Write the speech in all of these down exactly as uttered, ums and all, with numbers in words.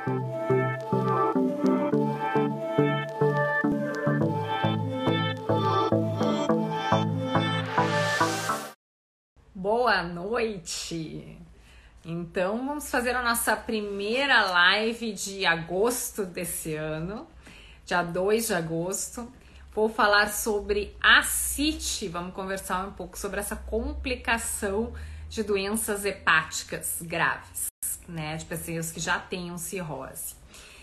Boa noite! Então vamos fazer a nossa primeira live de agosto desse ano, dia dois de agosto. Vou falar sobre ascite, vamos conversar um pouco sobre essa complicação de doenças hepáticas graves, né, de pessoas que já tenham cirrose.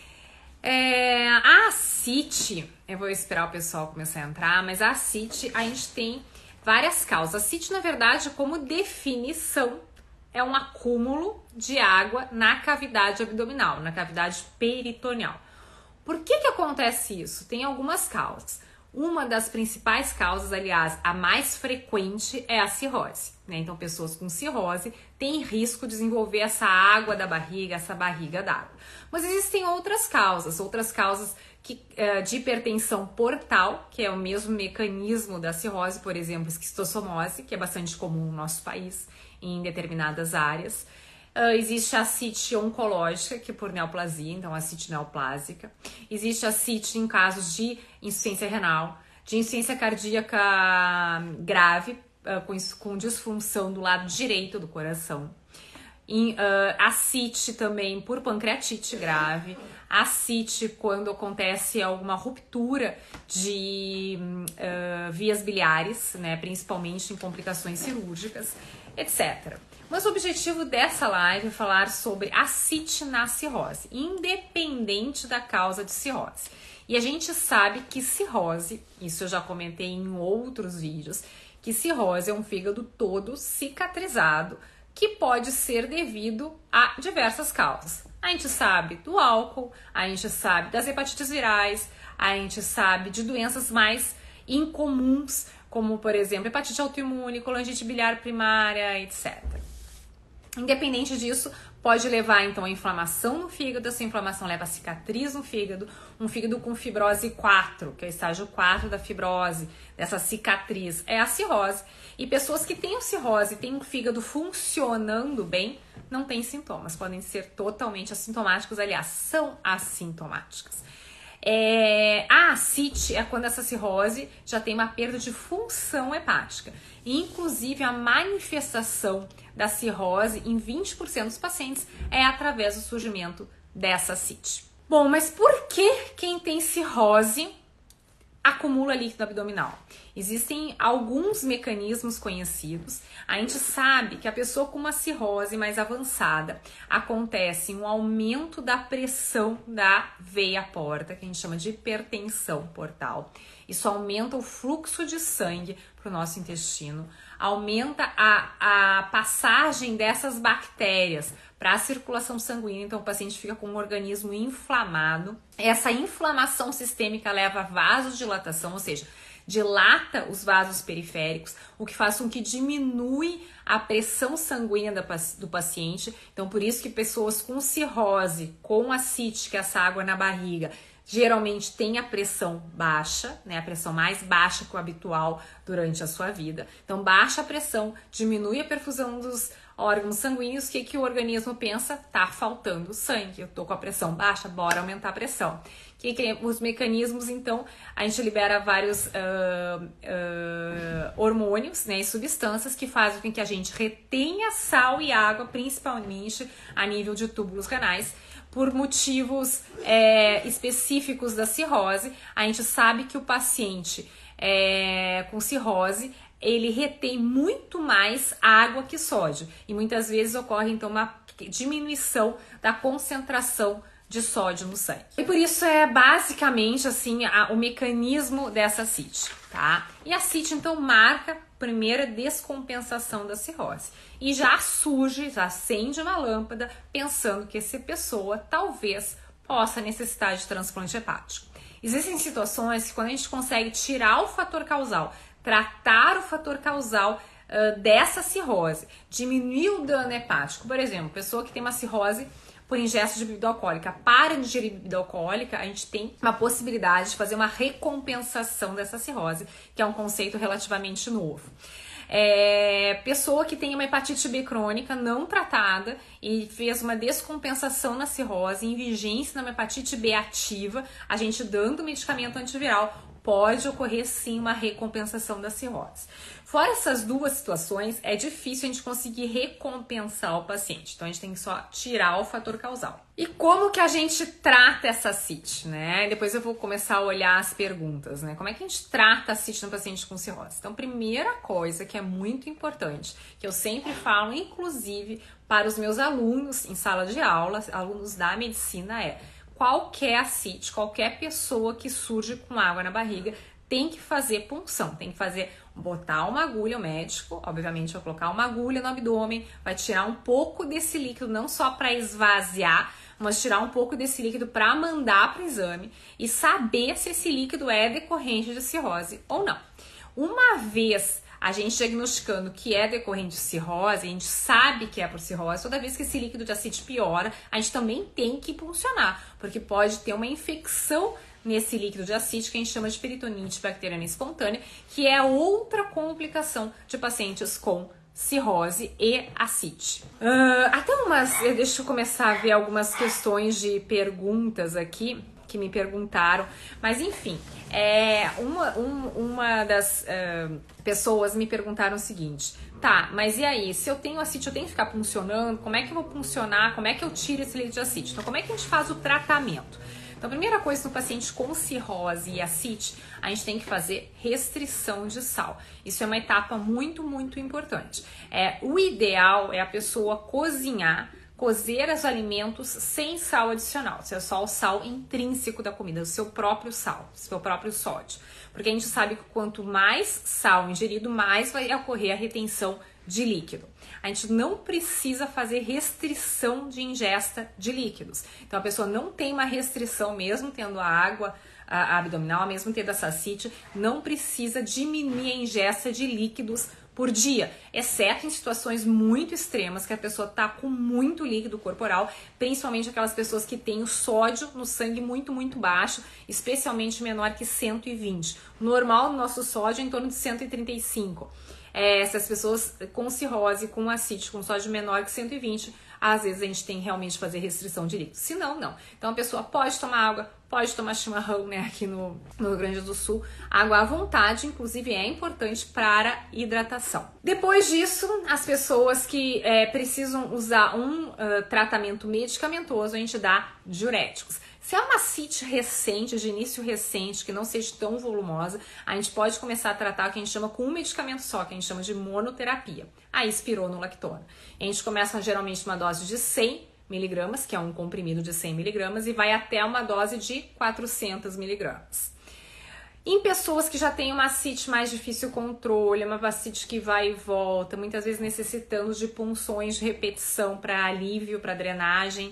É, a ascite, eu vou esperar o pessoal começar a entrar, mas a ascite a gente tem várias causas. A ascite, na verdade, como definição, é um acúmulo de água na cavidade abdominal, na cavidade peritoneal. Por que que acontece isso? Tem algumas causas. Uma das principais causas, aliás, a mais frequente, é a cirrose, né? Então, pessoas com cirrose têm risco de desenvolver essa água da barriga, essa barriga d'água. Mas existem outras causas, outras causas que, uh, de hipertensão portal, que é o mesmo mecanismo da cirrose, por exemplo, esquistossomose, que é bastante comum no nosso país, em determinadas áreas. Uh, existe a ascite oncológica, que é por neoplasia, então ascite neoplásica. Existe a ascite em casos de insuficiência renal, de insuficiência cardíaca grave, uh, com, com disfunção do lado direito do coração. Em, uh, ascite também por pancreatite grave, ascite quando acontece alguma ruptura de uh, vias biliares, né, principalmente em complicações cirúrgicas, etcétera. Mas o objetivo dessa live é falar sobre ascite na cirrose, independente da causa de cirrose. E a gente sabe que cirrose, isso eu já comentei em outros vídeos, que cirrose é um fígado todo cicatrizado, que pode ser devido a diversas causas. A gente sabe do álcool, a gente sabe das hepatites virais, a gente sabe de doenças mais incomuns, como, por exemplo, hepatite autoimune, colangite biliar primária, etcétera. Independente disso, pode levar, então, a inflamação no fígado, essa inflamação leva a cicatriz no fígado, um fígado com fibrose quatro, que é o estágio quatro da fibrose, dessa cicatriz, é a cirrose. E pessoas que têm cirrose e têm um fígado funcionando bem, não têm sintomas, podem ser totalmente assintomáticos, aliás, são assintomáticas. É, a ascite é quando essa cirrose já tem uma perda de função hepática. E, inclusive, a manifestação da cirrose em vinte por cento dos pacientes é através do surgimento dessa ascite. Bom, mas por que quem tem cirrose acumula líquido abdominal? Existem alguns mecanismos conhecidos. A gente sabe que a pessoa com uma cirrose mais avançada acontece um aumento da pressão da veia porta, que a gente chama de hipertensão portal. Isso aumenta o fluxo de sangue para o nosso intestino, aumenta a, a passagem dessas bactérias para a circulação sanguínea, então o paciente fica com um organismo inflamado. Essa inflamação sistêmica leva a vasodilatação, ou seja, dilata os vasos periféricos, o que faz com que diminui a pressão sanguínea do paciente. Então, por isso que pessoas com cirrose, com ascite, que é essa água na barriga, geralmente tem a pressão baixa, né? A pressão mais baixa que o habitual durante a sua vida. Então, baixa a pressão, diminui a perfusão dos órgãos sanguíneos. O que, que o organismo pensa? Tá faltando sangue, eu tô com a pressão baixa, bora aumentar a pressão. Que, que os mecanismos, então, a gente libera vários uh, uh, hormônios, né, e substâncias que fazem com que a gente retenha sal e água, principalmente a nível de túbulos renais, por motivos é, específicos da cirrose. A gente sabe que o paciente é, com cirrose, ele retém muito mais água que sódio, e muitas vezes ocorre, então, uma diminuição da concentração de sódio no sangue. E por isso é basicamente assim a, o mecanismo dessa ascite, tá? E a ascite então marca a primeira descompensação da cirrose. E já surge, já acende uma lâmpada pensando que essa pessoa talvez possa necessitar de transplante hepático. Existem situações que quando a gente consegue tirar o fator causal, tratar o fator causal uh, dessa cirrose, diminuir o dano hepático. Por exemplo, pessoa que tem uma cirrose por ingesta de bebida alcoólica, para de ingerir bebida alcoólica, a gente tem uma possibilidade de fazer uma recompensação dessa cirrose, que é um conceito relativamente novo. É, pessoa que tem uma hepatite B crônica não tratada e fez uma descompensação na cirrose, em vigência numa hepatite B ativa, a gente dando medicamento antiviral, pode ocorrer sim uma recompensação da cirrose. Fora essas duas situações, é difícil a gente conseguir recompensar o paciente. Então a gente tem que só tirar o fator causal. E como que a gente trata essa ascite, né? Depois eu vou começar a olhar as perguntas, né? Como é que a gente trata a ascite no paciente com cirrose? Então, primeira coisa que é muito importante, que eu sempre falo, inclusive para os meus alunos em sala de aula, alunos da medicina, é: qualquer ascite, qualquer pessoa que surge com água na barriga tem que fazer punção, tem que fazer, botar uma agulha, o médico, obviamente vai colocar uma agulha no abdômen, vai tirar um pouco desse líquido, não só para esvaziar, mas tirar um pouco desse líquido para mandar para o exame e saber se esse líquido é decorrente de cirrose ou não. Uma vez a gente diagnosticando que é decorrente de cirrose, a gente sabe que é por cirrose, toda vez que esse líquido de ascite piora, a gente também tem que puncionar, porque pode ter uma infecção nesse líquido de ascite que a gente chama de peritonite bacteriana espontânea, que é outra complicação de pacientes com cirrose e ascite. Uh, até umas, deixa eu começar a ver algumas questões de perguntas aqui que me perguntaram, mas enfim, é, uma, um, uma das uh, pessoas me perguntaram o seguinte: tá, mas e aí, se eu tenho ascite, eu tenho que ficar puncionando? Como é que eu vou puncionar? Como é que eu tiro esse líquido de ascite? Então, como é que a gente faz o tratamento? Então, a primeira coisa, no paciente com cirrose e ascite, a gente tem que fazer restrição de sal. Isso é uma etapa muito, muito importante. É, o ideal é a pessoa cozinhar, cozer os alimentos sem sal adicional. Isso é só o sal intrínseco da comida, o seu próprio sal, o seu próprio sódio. Porque a gente sabe que quanto mais sal ingerido, mais vai ocorrer a retenção de líquido. A gente não precisa fazer restrição de ingesta de líquidos. Então a pessoa não tem uma restrição, mesmo tendo a água a, a abdominal, mesmo tendo essa ascite, não precisa diminuir a ingesta de líquidos por dia, exceto em situações muito extremas que a pessoa tá com muito líquido corporal, principalmente aquelas pessoas que têm o sódio no sangue muito, muito baixo, especialmente menor que cento e vinte. Normal, no nosso sódio é em torno de cento e trinta e cinco. É, essas pessoas com cirrose, com ascite, com sódio menor que cento e vinte, às vezes a gente tem realmente que fazer restrição de líquido. Se não, não. Então a pessoa pode tomar água, pode tomar chimarrão, né, aqui no, no Rio Grande do Sul. Água à vontade, inclusive, é importante para hidratação. Depois disso, as pessoas que é, precisam usar um uh, tratamento medicamentoso, a gente dá diuréticos. Se é uma ascite recente, de início recente, que não seja tão volumosa, a gente pode começar a tratar o que a gente chama com um medicamento só, que a gente chama de monoterapia, a espironolactona. A gente começa geralmente uma dose de cem miligramas, que é um comprimido de cem miligramas, e vai até uma dose de quatrocentos miligramas. Em pessoas que já têm uma ascite mais difícil controle, uma ascite que vai e volta, muitas vezes necessitando de punções de repetição para alívio, para drenagem,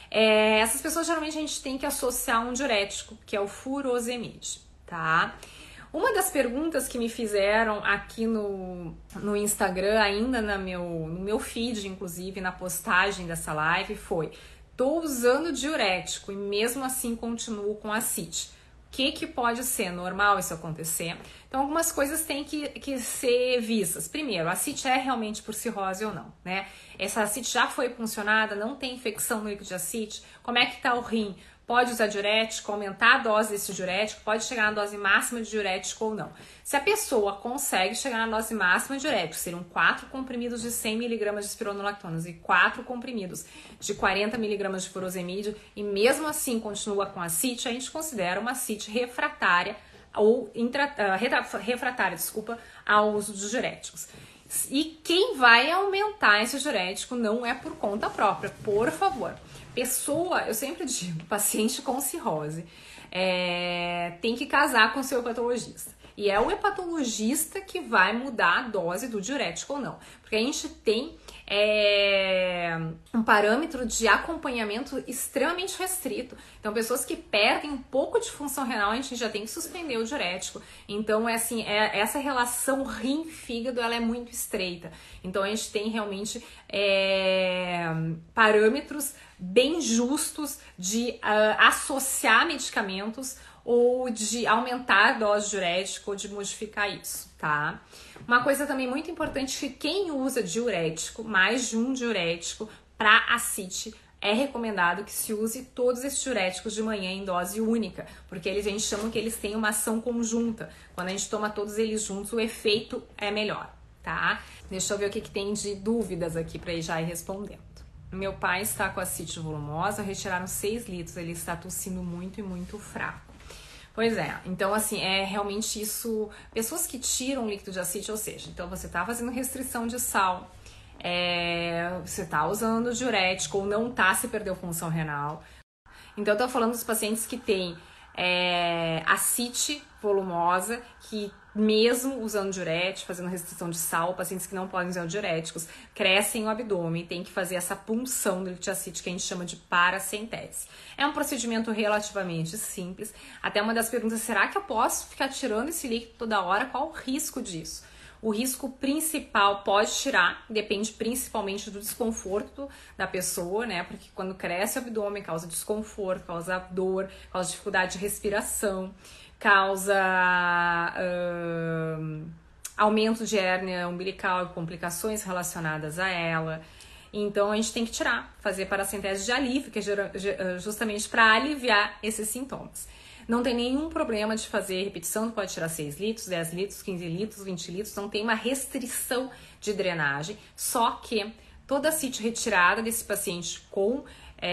É, essas pessoas geralmente a gente tem que associar um diurético, que é o furosemide, tá? Uma das perguntas que me fizeram aqui no, no Instagram, ainda na meu, no meu feed, inclusive, na postagem dessa live, foi: tô usando diurético e mesmo assim continuo com ascite. O que, que pode ser normal isso acontecer? Então, algumas coisas têm que, que ser vistas. Primeiro, a ascite é realmente por cirrose ou não, né? Essa ascite já foi puncionada, não tem infecção no líquido de ascite. Como é que tá o rim? Pode usar diurético, aumentar a dose desse diurético, pode chegar na dose máxima de diurético ou não. Se a pessoa consegue chegar na dose máxima de diurético, seriam quatro comprimidos de cem miligramas de espironolactona e quatro comprimidos de quarenta miligramas de furosemide, e mesmo assim continua com ascite, a gente considera uma ascite refratária ou intra, uh, refratária, desculpa, ao uso dos diuréticos. E quem vai aumentar esse diurético não é por conta própria, por favor. Pessoa, eu sempre digo, paciente com cirrose é, tem que casar com seu hepatologista. E é o hepatologista que vai mudar a dose do diurético ou não. Porque a gente tem é, um parâmetro de acompanhamento extremamente restrito. Então, pessoas que perdem um pouco de função renal, a gente já tem que suspender o diurético. Então, é assim, é, essa relação rim-fígado, ela é muito estreita. Então, a gente tem realmente é, parâmetros bem justos de uh, associar medicamentos ou de aumentar a dose diurética ou de modificar isso, tá? Uma coisa também muito importante que quem usa diurético, mais de um diurético, para ascite, é recomendado que se use todos esses diuréticos de manhã em dose única, porque eles, a gente chama que eles têm uma ação conjunta. Quando a gente toma todos eles juntos, o efeito é melhor, tá? Deixa eu ver o que, que tem de dúvidas aqui para ir já ir respondendo. Meu pai está com ascite volumosa, retiraram seis litros, ele está tossindo muito e muito fraco. Pois é, então assim, é realmente isso, pessoas que tiram líquido de ascite, ou seja, então você está fazendo restrição de sal, É, você está usando diurético ou não está, se perdeu função renal. Então eu tô falando dos pacientes que têm é, ascite volumosa, que mesmo usando diurético, fazendo restrição de sal, pacientes que não podem usar diuréticos, crescem o abdômen, tem que fazer essa punção do líquido de ascite que a gente chama de paracentese. É um procedimento relativamente simples. Até uma das perguntas, será que eu posso ficar tirando esse líquido toda hora? Qual o risco disso? O risco principal pode tirar, depende principalmente do desconforto da pessoa, né? Porque quando cresce o abdômen, causa desconforto, causa dor, causa dificuldade de respiração, causa uh, aumento de hérnia umbilical e complicações relacionadas a ela. Então a gente tem que tirar, fazer paracentese de alívio, que é justamente para aliviar esses sintomas. Não tem nenhum problema de fazer repetição, pode tirar seis litros, dez litros, quinze litros, vinte litros, não tem uma restrição de drenagem, só que toda ascite retirada desse paciente com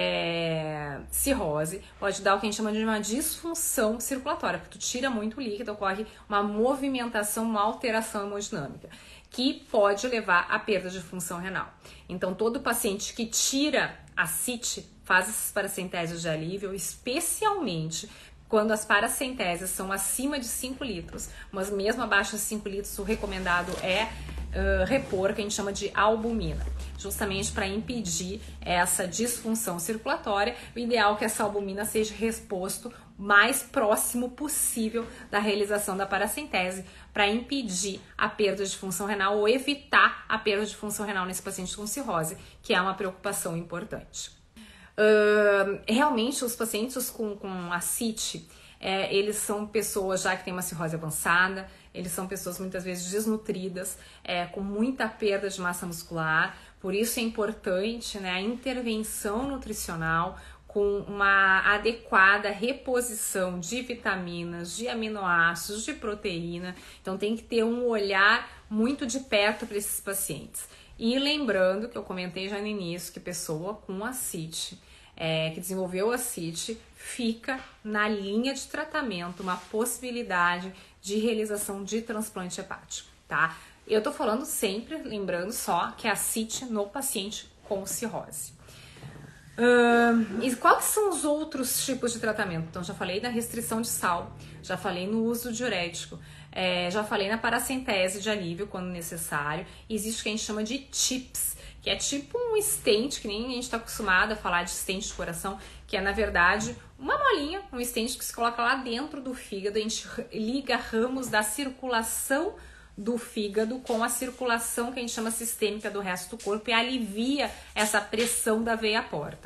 é, cirrose pode dar o que a gente chama de uma disfunção circulatória, porque tu tira muito líquido, ocorre uma movimentação, uma alteração hemodinâmica, que pode levar à perda de função renal. Então todo paciente que tira ascite faz essas paracenteses de alívio, especialmente quando as paracenteses são acima de cinco litros, mas mesmo abaixo de cinco litros, o recomendado é uh, repor, que a gente chama de albumina, justamente para impedir essa disfunção circulatória. O ideal é que essa albumina seja reposto mais próximo possível da realização da paracentese, para impedir a perda de função renal ou evitar a perda de função renal nesse paciente com cirrose, que é uma preocupação importante. Uh, realmente os pacientes com, com ascite, é, eles são pessoas já que têm uma cirrose avançada, eles são pessoas muitas vezes desnutridas, é, com muita perda de massa muscular, por isso é importante, né, a intervenção nutricional com uma adequada reposição de vitaminas, de aminoácidos, de proteína. Então tem que ter um olhar muito de perto para esses pacientes. E lembrando que eu comentei já no início que pessoa com ascite, é, que desenvolveu ascite, fica na linha de tratamento uma possibilidade de realização de transplante hepático, tá? Eu tô falando sempre, lembrando só, que é ascite no paciente com cirrose. Uh, e quais são os outros tipos de tratamento? Então, já falei da restrição de sal, já falei no uso do diurético, é, já falei na paracentese de alívio quando necessário. Existe o que a gente chama de TIPS, que é tipo um stent, que nem a gente está acostumado a falar de stent de coração, que é na verdade uma molinha, um stent que se coloca lá dentro do fígado, a gente liga ramos da circulação do fígado com a circulação que a gente chama sistêmica do resto do corpo e alivia essa pressão da veia porta.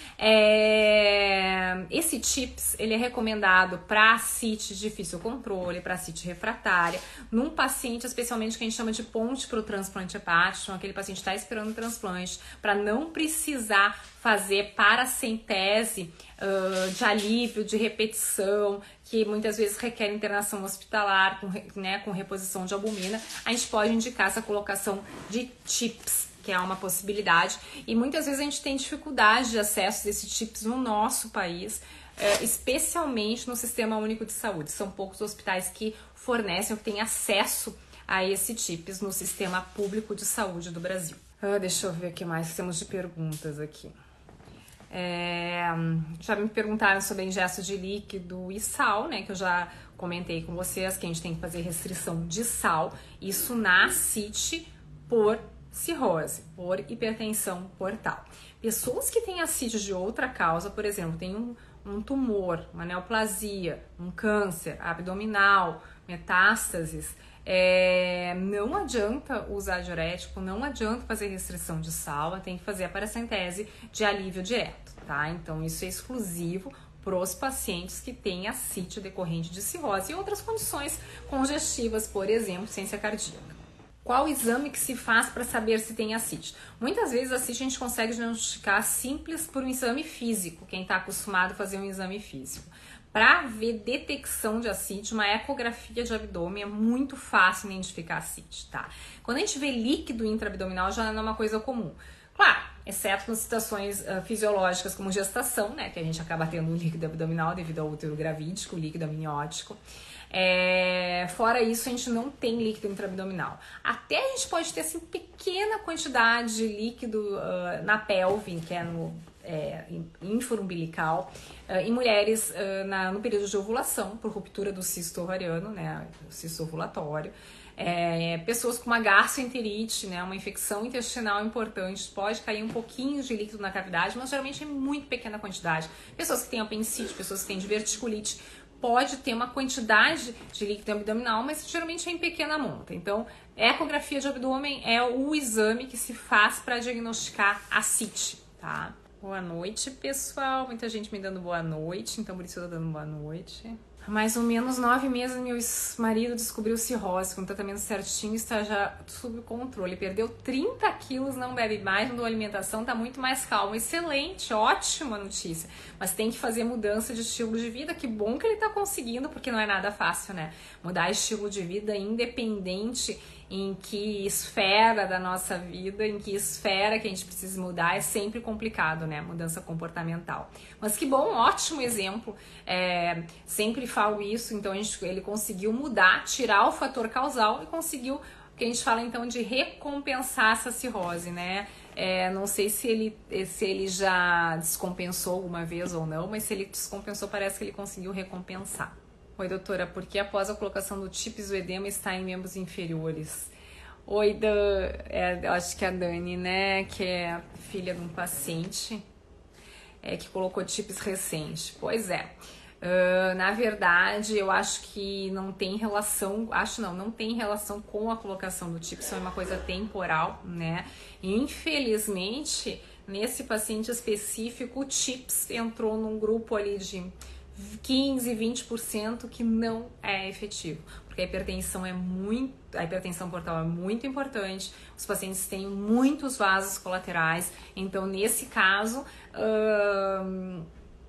É... Esse TIPS ele é recomendado para ascite de difícil controle, para ascite refratária, num paciente especialmente que a gente chama de ponte para o transplante hepático, então aquele paciente está esperando o transplante, para não precisar fazer paracentese uh, de alívio, de repetição, que muitas vezes requer internação hospitalar, com, né, com reposição de albumina. A gente pode indicar essa colocação de TIPS, que é uma possibilidade, e muitas vezes a gente tem dificuldade de acesso desse TIPS no nosso país, especialmente no Sistema Único de Saúde. São poucos hospitais que fornecem ou que têm acesso a esse TIPS no Sistema Público de Saúde do Brasil. Ah, deixa eu ver o que mais temos de perguntas aqui. É, já me perguntaram sobre ingesto de líquido e sal, né, que eu já comentei com vocês, que a gente tem que fazer restrição de sal. Isso na ascite por cirrose, por hipertensão portal. Pessoas que têm ascite de outra causa, por exemplo, tem um, um tumor, uma neoplasia, um câncer abdominal, metástases, É, não adianta usar diurético, não adianta fazer restrição de sal, tem que fazer a paracentese de alívio direto, tá? Então isso é exclusivo para os pacientes que têm ascite decorrente de cirrose e outras condições congestivas, por exemplo, ciência cardíaca. Qual exame que se faz para saber se tem ascite? Muitas vezes a ascite a gente consegue diagnosticar simples por um exame físico, quem está acostumado a fazer um exame físico. Para ver detecção de ascite, uma ecografia de abdômen é muito fácil identificar ascite, tá? Quando a gente vê líquido intraabdominal já não é uma coisa comum. Claro, exceto nas situações uh, fisiológicas como gestação, né? Que a gente acaba tendo um líquido abdominal devido ao útero gravídico, líquido amniótico. É, fora isso, a gente não tem líquido intraabdominal. Até a gente pode ter assim, pequena quantidade de líquido uh, na pelve, que é no é, ínforo-umbilical, uh, em mulheres uh, na, no período de ovulação, por ruptura do cisto ovariano, né, o cisto ovulatório. É, pessoas com uma gastroenterite, né, uma infecção intestinal importante, pode cair um pouquinho de líquido na cavidade, mas geralmente é muito pequena quantidade. Pessoas que têm apendicite, pessoas que têm diverticulite, pode ter uma quantidade de líquido abdominal, mas geralmente é em pequena monta. Então, ecografia de abdômen é o exame que se faz para diagnosticar ascite, tá? Boa noite, pessoal. Muita gente me dando boa noite, então por isso eu tô dando boa noite. Há mais ou menos nove meses, meu marido descobriu cirrose, com tratamento certinho, está já sob controle. Perdeu trinta quilos, não bebe mais, mudou a alimentação, tá muito mais calmo. Excelente, ótima notícia. Mas tem que fazer mudança de estilo de vida. Que bom que ele tá conseguindo, porque não é nada fácil, né? Mudar estilo de vida independente em que esfera da nossa vida, em que esfera que a gente precisa mudar, é sempre complicado, né? Mudança comportamental. Mas que bom, ótimo exemplo. É, sempre falo isso, então a gente, ele conseguiu mudar, tirar o fator causal e conseguiu, o que a gente fala então de recompensar essa cirrose, né? É, não sei se ele, se ele já descompensou alguma vez ou não, mas se ele descompensou, parece que ele conseguiu recompensar. Oi, doutora, por que após a colocação do TIPS o edema está em membros inferiores? Oi, da, é, eu acho que é a Dani, né, que é filha de um paciente é, que colocou TIPS recente. Pois é, uh, na verdade, eu acho que não tem relação, acho não, não tem relação com a colocação do TIPS, é uma coisa temporal, né? E, infelizmente, nesse paciente específico, o TIPS entrou num grupo ali de quinze, vinte por cento que não é efetivo, porque a hipertensão é muito, a hipertensão portal é muito importante, os pacientes têm muitos vasos colaterais, então nesse caso hum,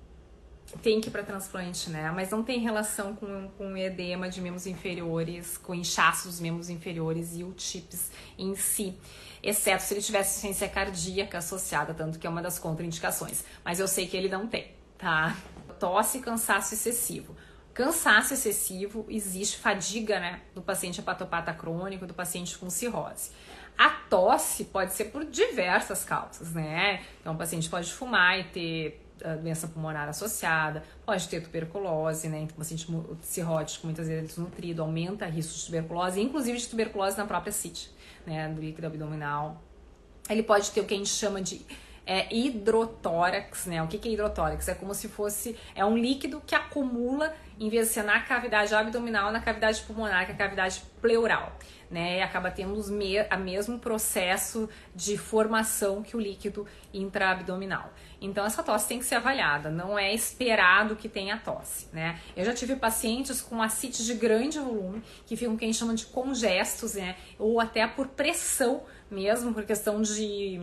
tem que ir para transplante, né? Mas não tem relação com, com edema de membros inferiores, com inchaço dos membros inferiores e o TIPS em si, exceto se ele tivesse ciência cardíaca associada, tanto que é uma das contraindicações, mas eu sei que ele não tem, tá? Tosse e cansaço excessivo. Cansaço excessivo, existe fadiga, né, do paciente hepatopata crônico, do paciente com cirrose. A tosse pode ser por diversas causas, né? Então, o paciente pode fumar e ter a doença pulmonar associada, pode ter tuberculose, né? Então, o paciente cirrótico, muitas vezes desnutrido, aumenta o risco de tuberculose, inclusive de tuberculose na própria C I T, né, do líquido abdominal. Ele pode ter o que a gente chama de É hidrotórax, né? O que é hidrotórax? É como se fosse, é um líquido que acumula, em vez de ser na cavidade abdominal, na cavidade pulmonar, que é a cavidade pleural, né? E acaba tendo os me, a mesmo processo de formação que o líquido intraabdominal. Então, essa tosse tem que ser avaliada, não é esperado que tenha tosse, né? Eu já tive pacientes com ascites de grande volume, que ficam o que a gente chama de congestos, né? Ou até por pressão mesmo, por questão de...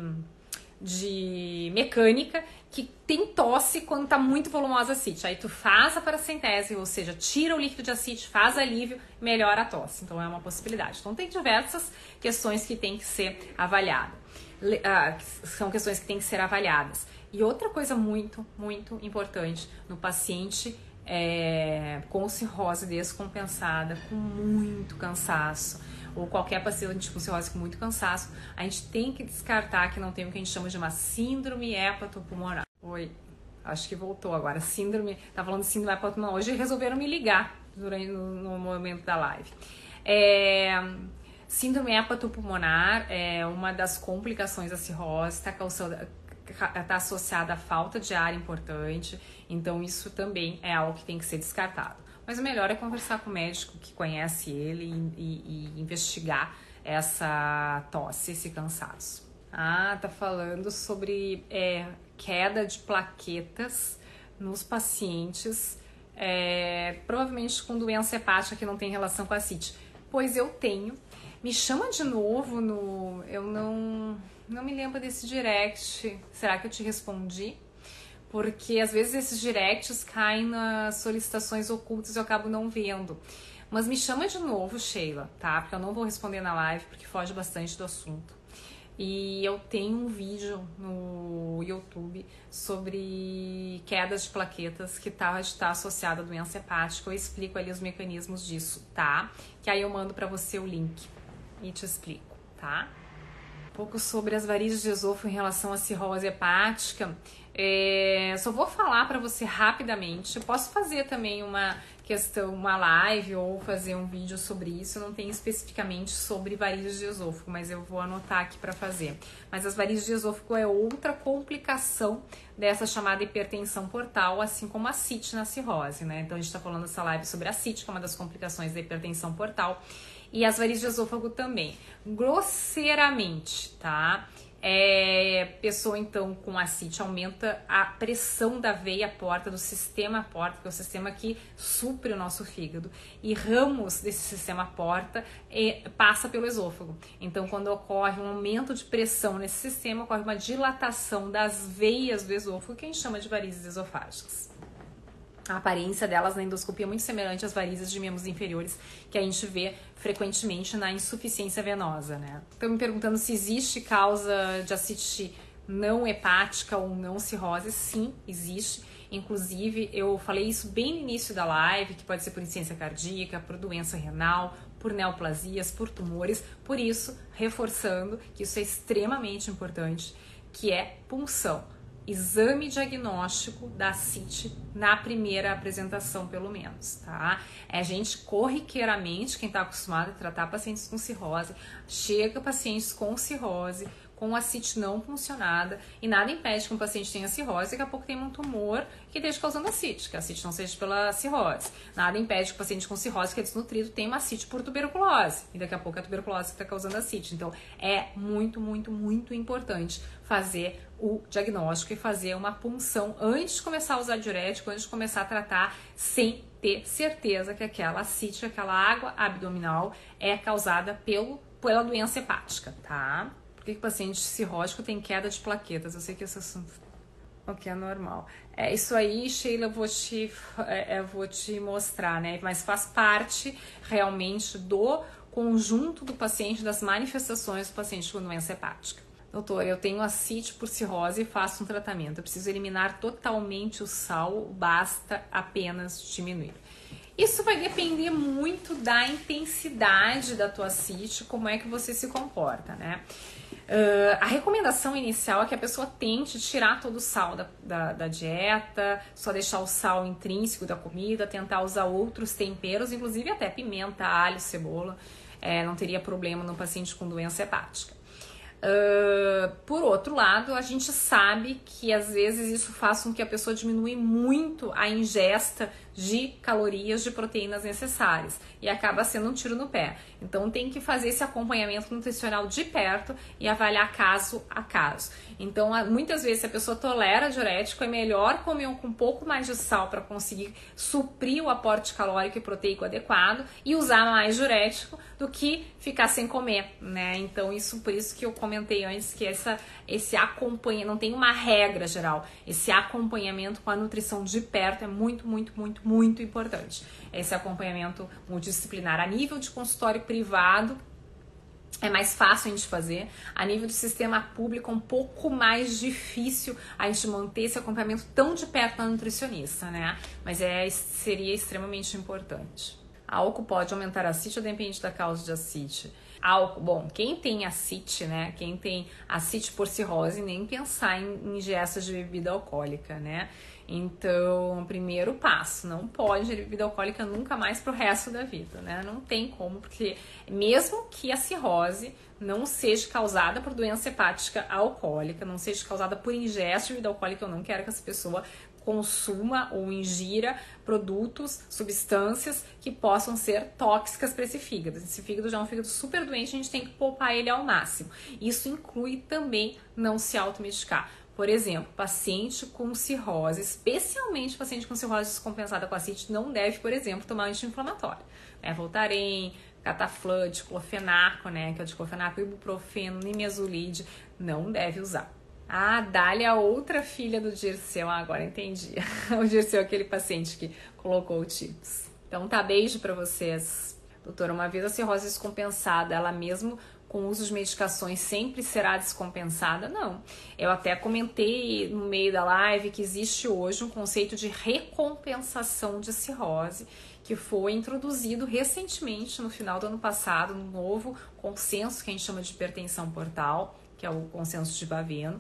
de mecânica, que tem tosse quando tá muito volumosa a ascite. Aí tu faz a paracentese, ou seja, tira o líquido de ascite, faz alívio, melhora a tosse. Então é uma possibilidade. Então tem diversas questões que tem que ser avaliadas. Ah, são questões que tem que ser avaliadas. E outra coisa muito, muito importante no paciente é, com cirrose descompensada, com muito cansaço, ou qualquer paciente com cirrose com muito cansaço, a gente tem que descartar que não tem o que a gente chama de uma síndrome hepatopulmonar. Oi, acho que voltou agora. Síndrome, tá falando de síndrome hepatopulmonar. Hoje resolveram me ligar durante, no, no momento da live. É, síndrome hepatopulmonar é uma das complicações da cirrose, está causando... está associada à falta de ar importante, então isso também é algo que tem que ser descartado. mas o melhor é conversar com o médico que conhece ele e, e, e investigar essa tosse, esse cansaço. Ah, tá falando sobre é, queda de plaquetas nos pacientes, é, provavelmente com doença hepática que não tem relação com a ascite. Pois eu tenho. Me chama de novo no... Eu não, não me lembro desse direct. Será que eu te respondi? Porque às vezes esses directs caem nas solicitações ocultas e eu acabo não vendo. Mas me chama de novo, Sheila, tá? Porque eu não vou responder na live, porque foge bastante do assunto. E eu tenho um vídeo no YouTube sobre quedas de plaquetas que tá, está associado à doença hepática. Eu explico ali os mecanismos disso, tá? Que aí eu mando pra você o link e te explico, tá? Um pouco sobre as varizes de esôfago em relação à cirrose hepática. É, só vou falar para você rapidamente. Eu posso fazer também uma questão, uma live ou fazer um vídeo sobre isso. Eu não tenho especificamente sobre varizes de esôfago, mas eu vou anotar aqui para fazer. Mas as varizes de esôfago é outra complicação dessa chamada hipertensão portal, assim como a ascite na cirrose, né? Então a gente está falando essa live sobre a ascite, que é uma das complicações da hipertensão portal, e as varizes de esôfago também. Grosseiramente, tá? É, pessoa então com ascite aumenta a pressão da veia porta, do sistema porta, que é o sistema que supre o nosso fígado, e ramos desse sistema porta é, passa pelo esôfago. Então quando ocorre um aumento de pressão nesse sistema, ocorre uma dilatação das veias do esôfago, que a gente chama de varizes esofágicas. A aparência delas na endoscopia é muito semelhante às varizes de membros inferiores que a gente vê frequentemente na insuficiência venosa, né? Estão me perguntando se existe causa de ascite não hepática ou não cirrose. Sim, existe. Inclusive, eu falei isso bem no início da live, que pode ser por insuficiência cardíaca, por doença renal, por neoplasias, por tumores. Por isso, reforçando que isso é extremamente importante, que é punção. Exame diagnóstico da ascite na primeira apresentação, pelo menos, tá? É a gente corriqueiramente, quem tá acostumado a tratar pacientes com cirrose, chega pacientes com cirrose, com ascite não funcionada, e nada impede que um paciente tenha cirrose e daqui a pouco tenha um tumor que esteja causando ascite, que a ascite não seja pela cirrose. Nada impede que o paciente com cirrose que é desnutrido tenha uma ascite por tuberculose, e daqui a pouco é a tuberculose que está causando ascite. Então é muito, muito, muito importante fazer o diagnóstico e fazer uma punção antes de começar a usar diurético, antes de começar a tratar, sem ter certeza que aquela ascite, aquela água abdominal é causada pelo, pela doença hepática, tá? Por que o paciente cirrótico tem queda de plaquetas? Eu sei que esse assunto o que é normal. É isso aí, Sheila, eu vou te, é, eu vou te mostrar, né? Mas faz parte realmente do conjunto do paciente, das manifestações do paciente com doença hepática. Doutor, eu tenho ascite por cirrose e faço um tratamento. Eu preciso eliminar totalmente o sal, basta apenas diminuir. Isso vai depender muito da intensidade da tua ascite, como é que você se comporta, né? Uh, a recomendação inicial é que a pessoa tente tirar todo o sal da, da, da dieta, só deixar o sal intrínseco da comida, tentar usar outros temperos, inclusive até pimenta, alho, cebola. É, não teria problema no paciente com doença hepática. Uh, por outro lado, a gente sabe que às vezes isso faz com que a pessoa diminui muito a ingesta de calorias, de proteínas necessárias, e acaba sendo um tiro no pé. Então tem que fazer esse acompanhamento nutricional de perto e avaliar caso a caso. Então muitas vezes, se a pessoa tolera diurético, é melhor comer com um pouco mais de sal para conseguir suprir o aporte calórico e proteico adequado e usar mais diurético do que ficar sem comer, né? Então isso, por isso que eu comentei antes que essa, esse acompanhamento, não tem uma regra geral, esse acompanhamento com a nutrição de perto é muito, muito, muito, muito importante. Esse acompanhamento multidisciplinar a nível de consultório privado é mais fácil a gente fazer, a nível do sistema público é um pouco mais difícil a gente manter esse acompanhamento tão de perto da nutricionista, né? Mas é, seria extremamente importante. Álcool pode aumentar a ascite ou depende da causa de ascite? Álcool, bom, quem tem ascite, né? Quem tem ascite por cirrose, nem pensar em ingesta de bebida alcoólica, né? Então, primeiro passo, não pode ingerir bebida alcoólica nunca mais pro resto da vida, né? Não tem como, porque mesmo que a cirrose não seja causada por doença hepática alcoólica, não seja causada por ingesta de bebida alcoólica, eu não quero que essa pessoa consuma ou ingira produtos, substâncias que possam ser tóxicas para esse fígado. Esse fígado já é um fígado super doente, a gente tem que poupar ele ao máximo. Isso inclui também não se automedicar. Por exemplo, paciente com cirrose, especialmente paciente com cirrose descompensada com ascite, não deve, por exemplo, tomar anti-inflamatório. Né? Voltaren, Cataflã, diclofenaco, né? que é o diclofenaco, ibuprofeno, nimesulide, não deve usar. Ah, Dália, outra filha do Dirceu. Ah, agora entendi. O Dirceu é aquele paciente que colocou o tips. Então tá, beijo pra vocês. Doutora, uma vez a cirrose descompensada, ela mesmo com o uso de medicações sempre será descompensada? Não. Eu até comentei no meio da live que existe hoje um conceito de recompensação de cirrose, que foi introduzido recentemente, no final do ano passado, no novo consenso que a gente chama de hipertensão portal, que é o consenso de Baveno,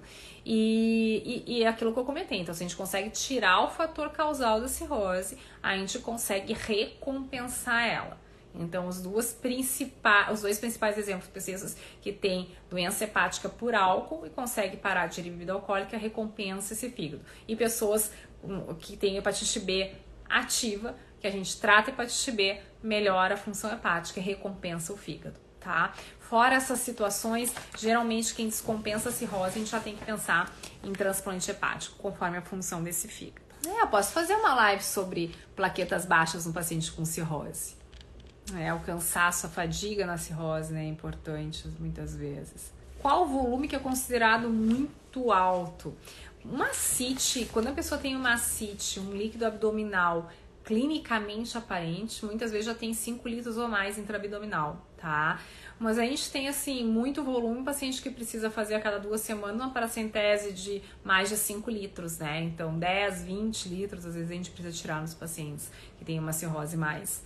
e, e, e é aquilo que eu comentei. Então, se a gente consegue tirar o fator causal da cirrose, a gente consegue recompensar ela. Então, os, duas principais, os dois principais exemplos de pessoas que têm doença hepática por álcool e conseguem parar de gerir bebida alcoólica, recompensa esse fígado. E pessoas que têm hepatite B ativa, que a gente trata a hepatite B, melhora a função hepática e recompensa o fígado, tá? Fora essas situações, geralmente quem descompensa a cirrose, a gente já tem que pensar em transplante hepático, conforme a função desse fígado. É, eu posso fazer uma live sobre plaquetas baixas no paciente com cirrose. É, o cansaço, a fadiga na cirrose, né, é importante muitas vezes. Qual o volume que é considerado muito alto? Uma ascite, quando a pessoa tem uma ascite, um líquido abdominal clinicamente aparente, muitas vezes já tem cinco litros ou mais intraabdominal, tá? Mas a gente tem, assim, muito volume, paciente que precisa fazer a cada duas semanas uma paracentese de mais de cinco litros, né? Então, dez, vinte litros, às vezes a gente precisa tirar nos pacientes que tem uma cirrose mais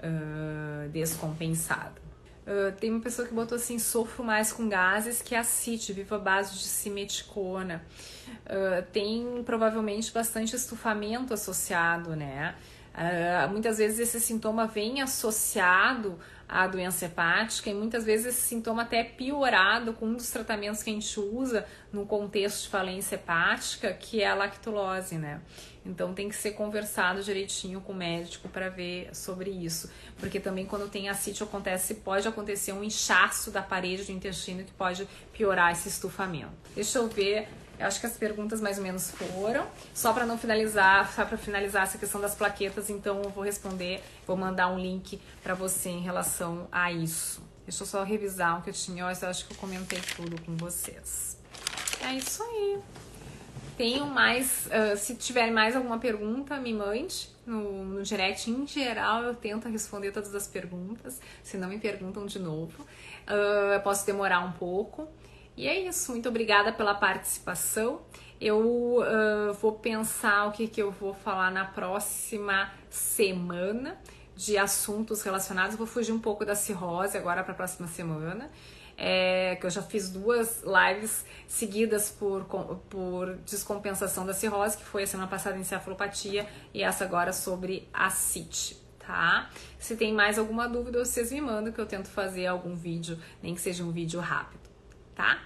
uh, descompensada. Uh, tem uma pessoa que botou assim, sofro mais com gases, que é ascite, vivo à base de simeticona. Uh, tem provavelmente bastante estufamento associado, né? Uh, muitas vezes esse sintoma vem associado à doença hepática e muitas vezes esse sintoma até é piorado com um dos tratamentos que a gente usa no contexto de falência hepática, que é a lactulose, né? Então tem que ser conversado direitinho com o médico para ver sobre isso, porque também quando tem ascite acontece, pode acontecer um inchaço da parede do intestino que pode piorar esse estufamento. Deixa eu ver. Eu acho que as perguntas mais ou menos foram. Só para não finalizar, só para finalizar essa questão das plaquetas, então eu vou responder, vou mandar um link para você em relação a isso. Deixa eu só revisar o que eu tinha, eu acho que eu comentei tudo com vocês. É isso aí. Tenho mais, uh, se tiver mais alguma pergunta, me mande no, no direct. Em geral, eu tento responder todas as perguntas, se não me perguntam de novo. Uh, eu posso demorar um pouco. E é isso, muito obrigada pela participação. Eu uh, vou pensar o que, que eu vou falar na próxima semana de assuntos relacionados. Vou fugir um pouco da cirrose agora para a próxima semana. É, que eu já fiz duas lives seguidas por, por descompensação da cirrose, que foi a semana passada em encefalopatia e essa agora sobre ascite, tá? Se tem mais alguma dúvida, vocês me mandam que eu tento fazer algum vídeo, nem que seja um vídeo rápido. Tá?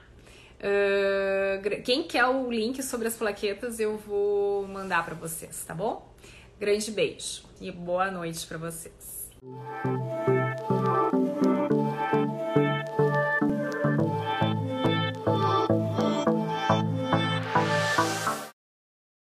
Uh, quem quer o link sobre as plaquetas, eu vou mandar para vocês, tá bom? Grande beijo e boa noite para vocês.